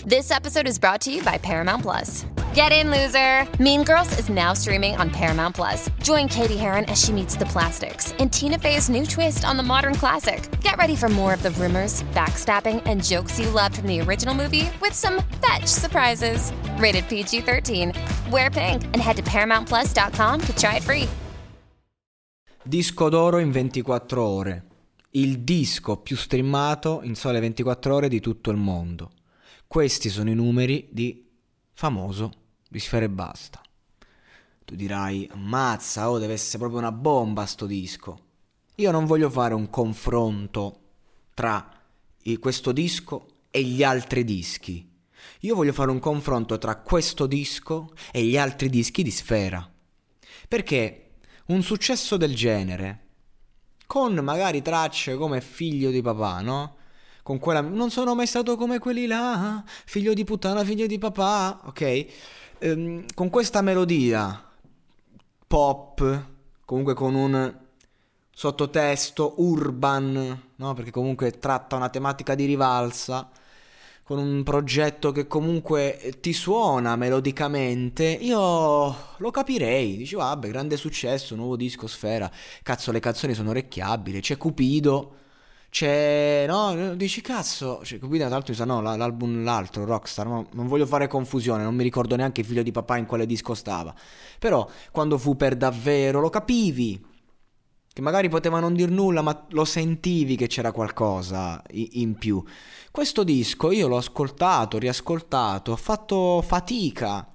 This episode is brought to you by Paramount Plus. Get in, loser! Mean Girls is now streaming on Paramount Plus. Join Katie Heron as she meets the plastics in Tina Fey's new twist on the modern classic. Get ready for more of the rumors, backstabbing, and jokes you loved from the original movie with some fetch surprises. Rated PG-13. Wear pink and head to ParamountPlus.com to try it free. Disco d'oro in 24 ore. Il disco più streamato in sole 24 ore di tutto il mondo. Questi sono i numeri di Famoso di Sfera Ebbasta. Tu dirai, ammazza, deve essere proprio una bomba sto disco. Io non voglio fare un confronto tra questo disco e gli altri dischi. Io voglio fare un confronto tra questo disco e gli altri dischi di Sfera. Perché un successo del genere, con magari tracce come Figlio di papà, no? Con quella non sono mai stato come quelli là, figlio di puttana, figlio di papà, ok? Con questa melodia pop, comunque con un sottotesto urban, no? Perché comunque tratta una tematica di rivalsa, con un progetto che comunque ti suona melodicamente, io lo capirei. Dici, vabbè, grande successo, nuovo disco Sfera, cazzo, le canzoni sono orecchiabili, c'è Cupido, c'è, no, dici cazzo, cioè, Cupido tra l'altro no, l'altro Rockstar, no? Non voglio fare confusione, non mi ricordo neanche Figlio di papà in quale disco stava, però quando fu Per davvero lo capivi, che magari poteva non dir nulla, ma lo sentivi che c'era qualcosa in più. Questo disco io l'ho ascoltato, riascoltato, ho fatto fatica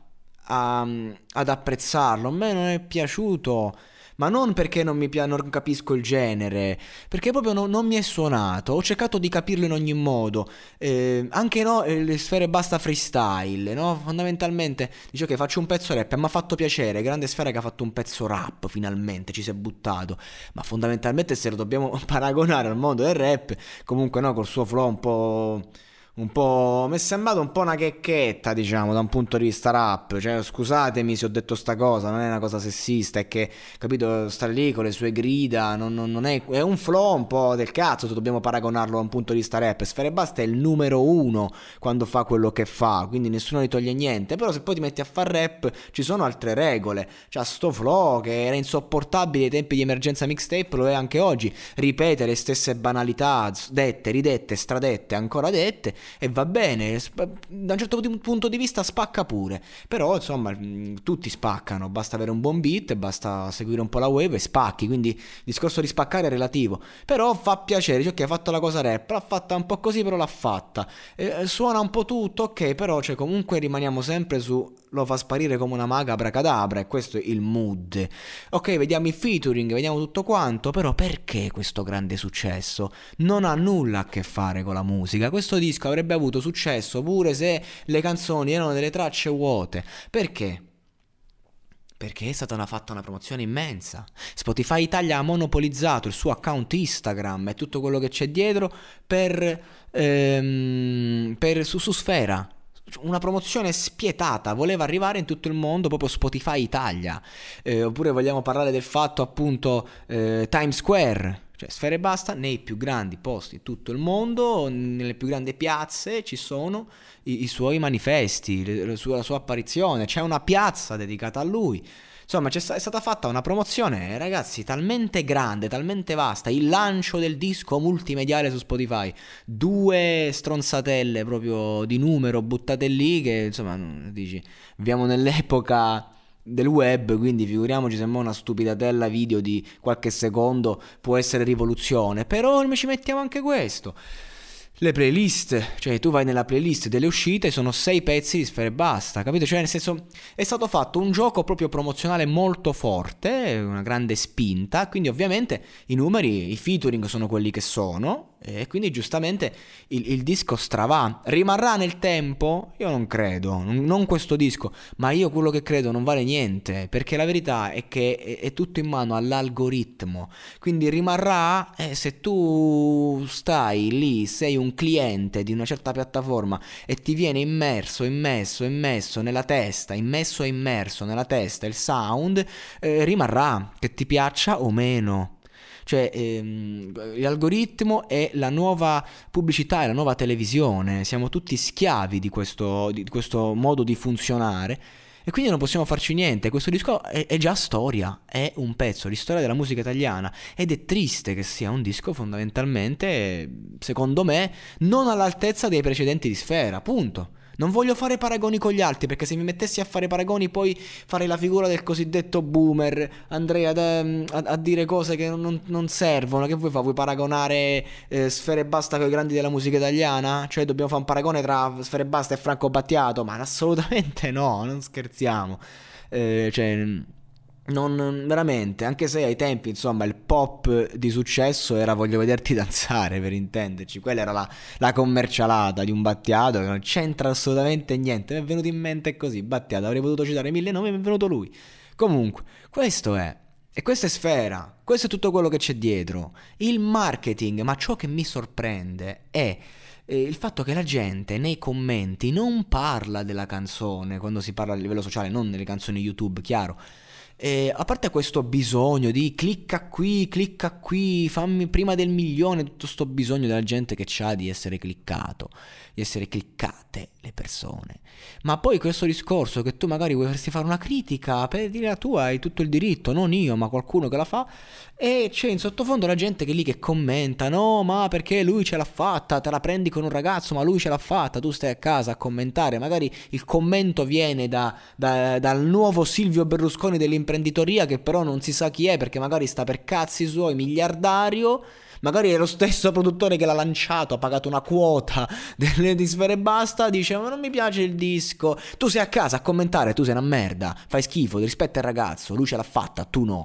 ad apprezzarlo, a me non è piaciuto, ma non perché non capisco il genere, perché proprio non mi è suonato. Ho cercato di capirlo in ogni modo, anche no, le Sfere Basta freestyle, no? Fondamentalmente dice ok, faccio un pezzo rap, mi ha fatto piacere, grande Sfera che ha fatto un pezzo rap, finalmente ci si è buttato, ma fondamentalmente se lo dobbiamo paragonare al mondo del rap, comunque no, col suo flow un po' mi è sembrato un po' una checchetta, diciamo, da un punto di vista rap. Cioè, scusatemi se ho detto sta cosa, non è una cosa sessista, è che, capito, sta lì con le sue grida, non è un flow un po' del cazzo se dobbiamo paragonarlo da un punto di vista rap. Sfera Ebbasta è il numero uno quando fa quello che fa, quindi nessuno gli toglie niente. Però se poi ti metti a far rap ci sono altre regole. Cioè, sto flow che era insopportabile ai tempi di Emergenza Mixtape lo è anche oggi, ripete le stesse banalità dette, ridette, stradette, ancora dette, e va bene, da un certo punto di vista spacca pure, però insomma tutti spaccano, basta avere un buon beat, basta seguire un po' la wave e spacchi, quindi il discorso di spaccare è relativo, però fa piacere, dice ok, ha fatto la cosa rap, l'ha fatta un po' così però l'ha fatta, suona un po' tutto, ok, però cioè, comunque rimaniamo sempre su lo fa sparire come una maga abracadabra, e questo è il mood. Ok, vediamo i featuring, vediamo tutto quanto, però perché questo grande successo? Non ha nulla a che fare con la musica. Questo disco avrebbe avuto successo pure se le canzoni erano delle tracce vuote. Perché? Perché è stata fatta una promozione immensa. Spotify Italia ha monopolizzato il suo account Instagram e tutto quello che c'è dietro su Sfera. Una promozione spietata, voleva arrivare in tutto il mondo, proprio Spotify Italia. Oppure vogliamo parlare del fatto appunto Times Square, cioè Sfera Ebbasta nei più grandi posti di tutto il mondo, nelle più grandi piazze ci sono i suoi manifesti, la sua apparizione, c'è una piazza dedicata a lui. Insomma, è stata fatta una promozione, ragazzi, talmente grande, talmente vasta, il lancio del disco multimediale su Spotify, 2 stronzatelle proprio di numero buttate lì che, insomma, dici, viviamo nell'epoca del web, quindi figuriamoci se una stupidatella video di qualche secondo può essere rivoluzione, però ci mettiamo anche questo. Le playlist, cioè tu vai nella playlist delle uscite, sono 6 pezzi di Sfera Ebbasta, capito? Cioè nel senso è stato fatto un gioco proprio promozionale molto forte, una grande spinta, quindi ovviamente i numeri, i featuring sono quelli che sono, e quindi giustamente il disco stravà. Rimarrà nel tempo? Io non credo, non questo disco, ma io quello che credo non vale niente, perché la verità è che è tutto in mano all'algoritmo, quindi rimarrà se tu stai lì, sei un cliente di una certa piattaforma e ti viene immesso nella testa, immerso nella testa il sound, rimarrà, che ti piaccia o meno. Cioè l'algoritmo è la nuova pubblicità, è la nuova televisione, siamo tutti schiavi di questo modo di funzionare e quindi non possiamo farci niente. Questo disco è già storia, è un pezzo di storia della musica italiana ed è triste che sia un disco fondamentalmente, secondo me, non all'altezza dei precedenti di Sfera, punto. Non voglio fare paragoni con gli altri, perché se mi mettessi a fare paragoni poi farei la figura del cosiddetto boomer, andrei a dire cose che non servono. Che vuoi fare? Vuoi paragonare Sfera Ebbasta con i grandi della musica italiana? Cioè dobbiamo fare un paragone tra Sfera Ebbasta e Franco Battiato? Ma assolutamente no, non scherziamo. Cioè... Non veramente, anche se ai tempi, insomma, il pop di successo era Voglio vederti danzare, per intenderci. Quella era la commercialata di un Battiato che non c'entra assolutamente niente. Mi è venuto in mente così, Battiato, avrei potuto citare mille nomi, mi è venuto lui. Comunque, questo è. E questa è Sfera, questo è tutto quello che c'è dietro. Il marketing, ma ciò che mi sorprende è il fatto che la gente nei commenti non parla della canzone quando si parla a livello sociale, non nelle canzoni YouTube, chiaro. A parte questo bisogno di clicca qui, fammi prima del milione, tutto sto bisogno della gente che c'ha di essere cliccato, di essere cliccate le persone. Ma poi questo discorso che tu magari vorresti fare una critica per dire la tua, hai tutto il diritto, non io, ma qualcuno che la fa, e c'è in sottofondo la gente che lì che commenta, no, ma perché lui ce l'ha fatta, te la prendi con un ragazzo, ma lui ce l'ha fatta, tu stai a casa a commentare, magari il commento viene dal nuovo Silvio Berlusconi dell'imprenditoria, che però non si sa chi è, perché magari sta per cazzi suoi, miliardario, magari è lo stesso produttore che l'ha lanciato, ha pagato una quota di Sfera Ebbasta, dice ma non mi piace il disco, tu sei a casa a commentare, tu sei una merda, fai schifo, rispetta il ragazzo, lui ce l'ha fatta, tu no,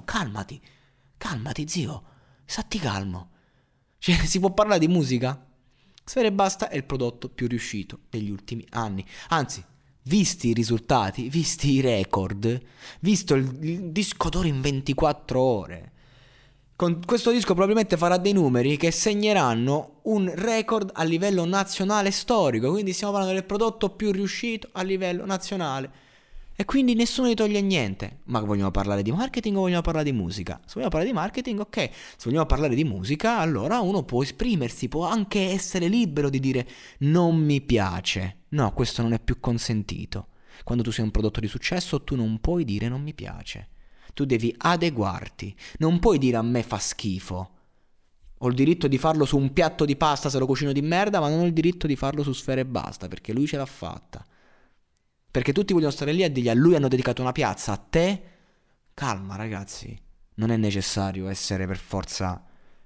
calmati zio, stati calmo. Cioè si può parlare di musica? Sfera Ebbasta è il prodotto più riuscito degli ultimi anni, anzi, visti i risultati, visti i record, visto il disco d'oro in 24 ore, con questo disco probabilmente farà dei numeri che segneranno un record a livello nazionale storico, quindi stiamo parlando del prodotto più riuscito a livello nazionale. E quindi nessuno gli toglie niente. Ma vogliamo parlare di marketing o vogliamo parlare di musica? Se vogliamo parlare di marketing, ok. Se vogliamo parlare di musica, allora uno può esprimersi, può anche essere libero di dire non mi piace. No, questo non è più consentito. Quando tu sei un prodotto di successo, tu non puoi dire non mi piace. Tu devi adeguarti. Non puoi dire a me fa schifo. Ho il diritto di farlo su un piatto di pasta se lo cucino di merda, ma non ho il diritto di farlo su Sfera Ebbasta, perché lui ce l'ha fatta. Perché tutti vogliono stare lì a dirgli a lui hanno dedicato una piazza, a te? Calma ragazzi, non è necessario essere per forza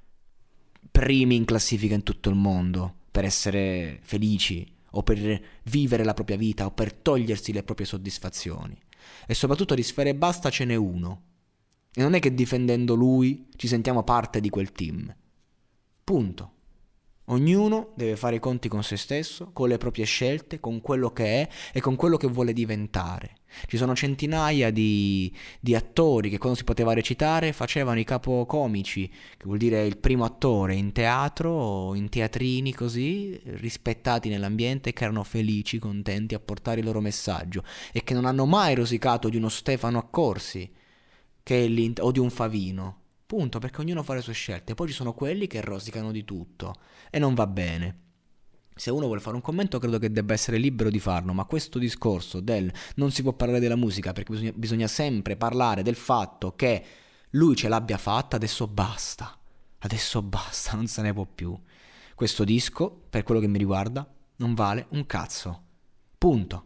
primi in classifica in tutto il mondo per essere felici o per vivere la propria vita o per togliersi le proprie soddisfazioni. E soprattutto di Sfera Ebbasta ce n'è uno. E non è che difendendo lui ci sentiamo parte di quel team. Punto. Ognuno deve fare i conti con se stesso, con le proprie scelte, con quello che è e con quello che vuole diventare. Ci sono centinaia di attori che quando si poteva recitare facevano i capocomici, che vuol dire il primo attore in teatro o in teatrini così, rispettati nell'ambiente, che erano felici, contenti a portare il loro messaggio e che non hanno mai rosicato di uno Stefano Accorsi o di un Favino. Punto, perché ognuno fa le sue scelte. Poi ci sono quelli che rosicano di tutto e non va bene. Se uno vuole fare un commento credo che debba essere libero di farlo, ma questo discorso del non si può parlare della musica perché bisogna sempre parlare del fatto che lui ce l'abbia fatta, adesso basta, non se ne può più. Questo disco, per quello che mi riguarda, non vale un cazzo. Punto.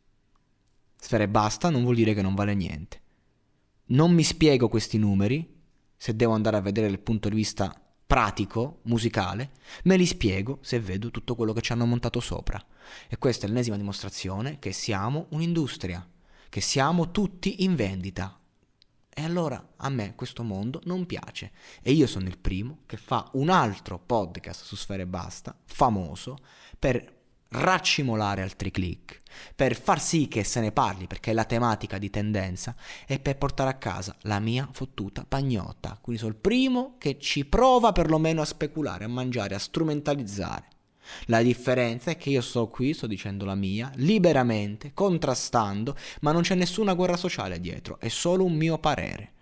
Sfera Ebbasta non vuol dire che non vale niente. Non mi spiego questi numeri. Se devo andare a vedere dal punto di vista pratico, musicale, me li spiego se vedo tutto quello che ci hanno montato sopra. E questa è l'ennesima dimostrazione che siamo un'industria, che siamo tutti in vendita. E allora a me questo mondo non piace. E io sono il primo che fa un altro podcast su Sfera Ebbasta, famoso, per raccimolare altri click, per far sì che se ne parli perché è la tematica di tendenza e per portare a casa la mia fottuta pagnotta. Quindi sono il primo che ci prova perlomeno a speculare, a mangiare, a strumentalizzare. La differenza è che io sto qui, sto dicendo la mia, liberamente, contrastando, ma non c'è nessuna guerra sociale dietro, è solo un mio parere.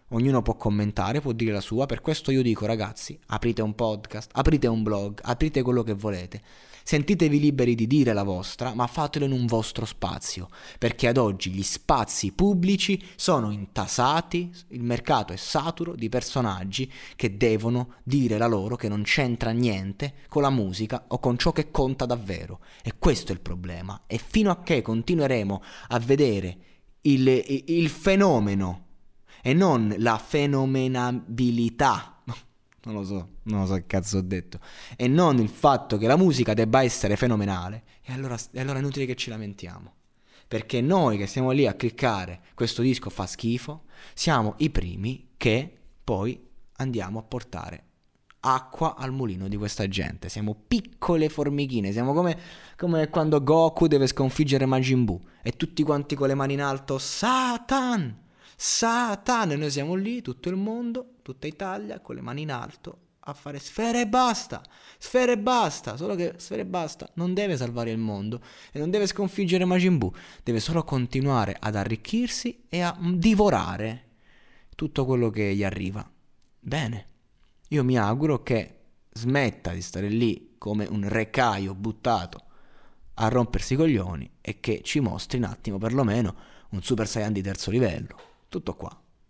ognuno può commentare, può dire la sua. Per questo io dico, ragazzi, aprite un podcast, aprite un blog, aprite quello che volete, sentitevi liberi di dire la vostra, ma fatelo in un vostro spazio, perché ad oggi gli spazi pubblici sono intasati, il mercato è saturo di personaggi che devono dire la loro, che non c'entra niente con la musica o con ciò che conta davvero. E questo è il problema. E fino a che continueremo a vedere il fenomeno e non la fenomenabilità, non lo so che cazzo ho detto, e non il fatto che la musica debba essere fenomenale, e allora è inutile che ci lamentiamo, perché noi che stiamo lì a cliccare questo disco fa schifo, siamo i primi che poi andiamo a portare acqua al mulino di questa gente. Siamo piccole formichine, siamo come quando Goku deve sconfiggere Majin Buu e tutti quanti con le mani in alto, Satan, Satan, e noi siamo lì, tutto il mondo, tutta Italia con le mani in alto a fare sfere e basta, solo che sfere e basta non deve salvare il mondo e non deve sconfiggere Majin Buu, deve solo continuare ad arricchirsi e a divorare tutto quello che gli arriva. Bene, io mi auguro che smetta di stare lì come un recaio buttato a rompersi i coglioni e che ci mostri un attimo perlomeno un Super Saiyan di terzo livello. Tutto qua.